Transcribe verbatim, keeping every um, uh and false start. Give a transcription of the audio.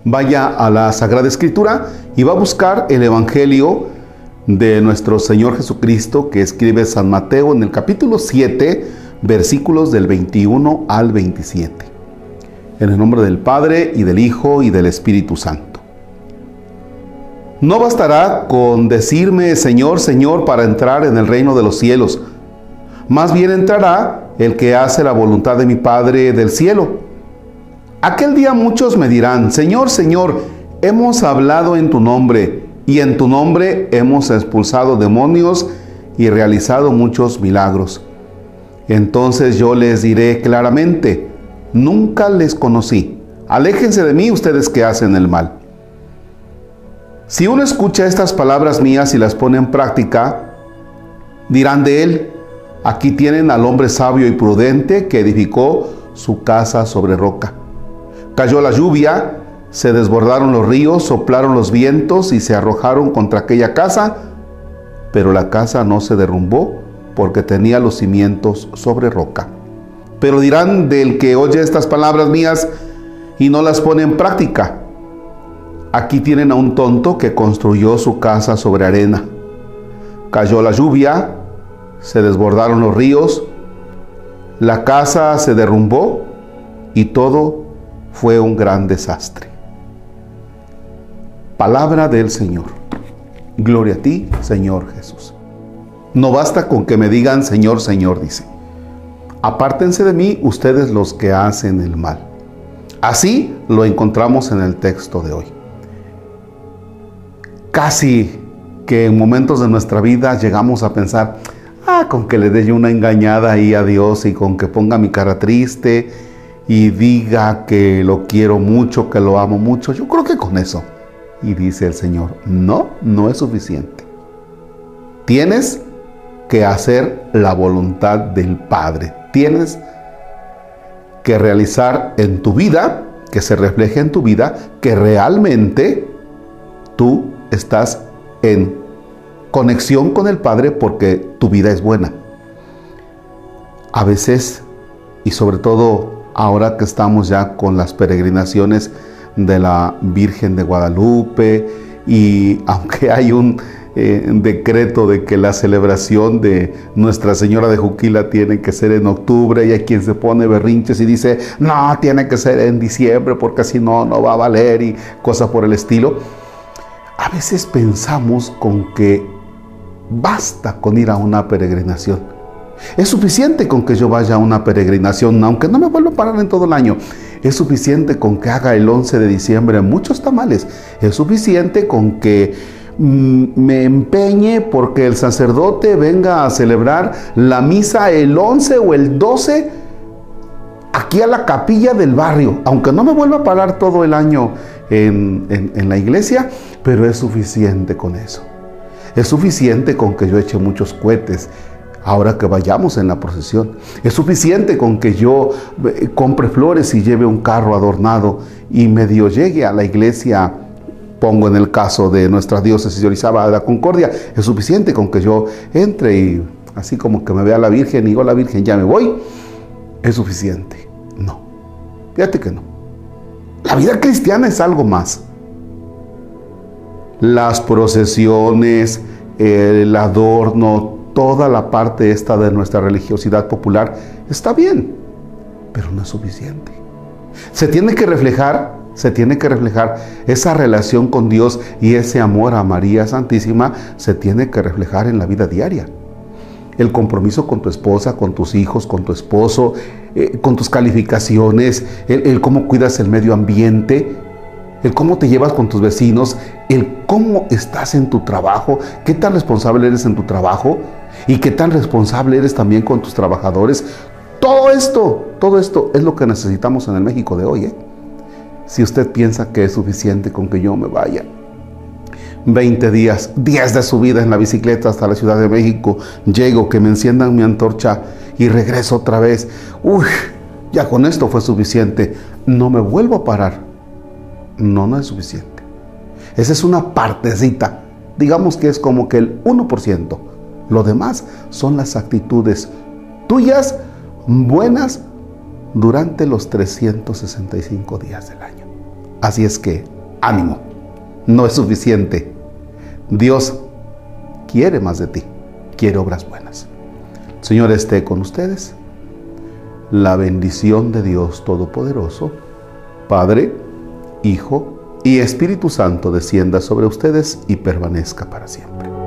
vaya a la Sagrada Escritura y va a buscar el Evangelio de nuestro Señor Jesucristo que escribe San Mateo en el capítulo siete, versículos del veintiuno al veintisiete. En el nombre del Padre, y del Hijo, y del Espíritu Santo. No bastará con decirme Señor, Señor, para entrar en el reino de los cielos. Más bien entrará el que hace la voluntad de mi Padre del cielo. Aquel día muchos me dirán, Señor, Señor, hemos hablado en tu nombre, y en tu nombre hemos expulsado demonios y realizado muchos milagros. Entonces yo les diré claramente, nunca les conocí. Aléjense de mí ustedes que hacen el mal. Si uno escucha estas palabras mías y las pone en práctica, dirán de él, aquí tienen al hombre sabio y prudente que edificó su casa sobre roca. Cayó la lluvia, se desbordaron los ríos, soplaron los vientos y se arrojaron contra aquella casa, pero la casa no se derrumbó porque tenía los cimientos sobre roca. Pero dirán del que oye estas palabras mías y no las pone en práctica, aquí tienen a un tonto que construyó su casa sobre arena. Cayó la lluvia, se desbordaron los ríos, la casa se derrumbó y todo fue un gran desastre. Palabra del Señor. Gloria a ti, Señor Jesús. No basta con que me digan Señor, Señor, dice. Apártense de mí ustedes los que hacen el mal. Así lo encontramos en el texto de hoy. Casi que en momentos de nuestra vida llegamos a pensar, ah, con que le dé yo una engañada ahí a Dios y con que ponga mi cara triste y diga que lo quiero mucho, que lo amo mucho, yo creo que con eso. Y dice el Señor, no, no es suficiente. Tienes que hacer la voluntad del Padre. Tienes que realizar en tu vida, que se refleje en tu vida, que realmente tú estás en conexión con el Padre porque tu vida es buena. A veces, y sobre todo ahora que estamos ya con las peregrinaciones de la Virgen de Guadalupe, y aunque hay un eh, decreto de que la celebración de Nuestra Señora de Juquila tiene que ser en octubre, y hay quien se pone berrinches y dice, no, tiene que ser en diciembre porque si no, no va a valer y cosas por el estilo. A veces pensamos con que basta con ir a una peregrinación. Es suficiente con que yo vaya a una peregrinación, aunque no me vuelva a parar en todo el año. Es suficiente con que haga el once de diciembre muchos tamales. Es suficiente con que mm, me empeñe porque el sacerdote venga a celebrar la misa el once o el doce aquí a la capilla del barrio, aunque no me vuelva a parar todo el año en, en, en la iglesia, pero es suficiente con eso. Es suficiente con que yo eche muchos cohetes ahora que vayamos en la procesión. Es suficiente con que yo compre flores y lleve un carro adornado y medio llegue a la iglesia, pongo en el caso de nuestra diócesis de Orizaba de la Concordia. Es suficiente con que yo entre y así como que me vea la Virgen y digo, la Virgen, ya me voy. Es suficiente. No. Fíjate que no. La vida cristiana es algo más. Las procesiones, el adorno, toda la parte esta de nuestra religiosidad popular está bien, pero no es suficiente. Se tiene que reflejar, se tiene que reflejar esa relación con Dios, y ese amor a María Santísima se tiene que reflejar en la vida diaria. El compromiso con tu esposa, con tus hijos, con tu esposo, eh, con tus calificaciones, el, el cómo cuidas el medio ambiente, el cómo te llevas con tus vecinos, el cómo estás en tu trabajo, qué tan responsable eres en tu trabajo y qué tan responsable eres también con tus trabajadores. Todo esto, todo esto es lo que necesitamos en el México de hoy, ¿eh? Si usted piensa que es suficiente con que yo me vaya veinte días, días de subida en la bicicleta hasta la Ciudad de México, llego, que me enciendan mi antorcha y regreso otra vez, uy, ya con esto fue suficiente, no me vuelvo a parar. No, no es suficiente. Esa es una partecita, digamos que es como que el uno por ciento. Lo demás son las actitudes tuyas, buenas, durante los trescientos sesenta y cinco días del año. Así es que ánimo, no es suficiente. Dios quiere más de ti, quiere obras buenas. El Señor esté con ustedes. La bendición de Dios Todopoderoso, Padre, Hijo y Espíritu Santo descienda sobre ustedes y permanezca para siempre.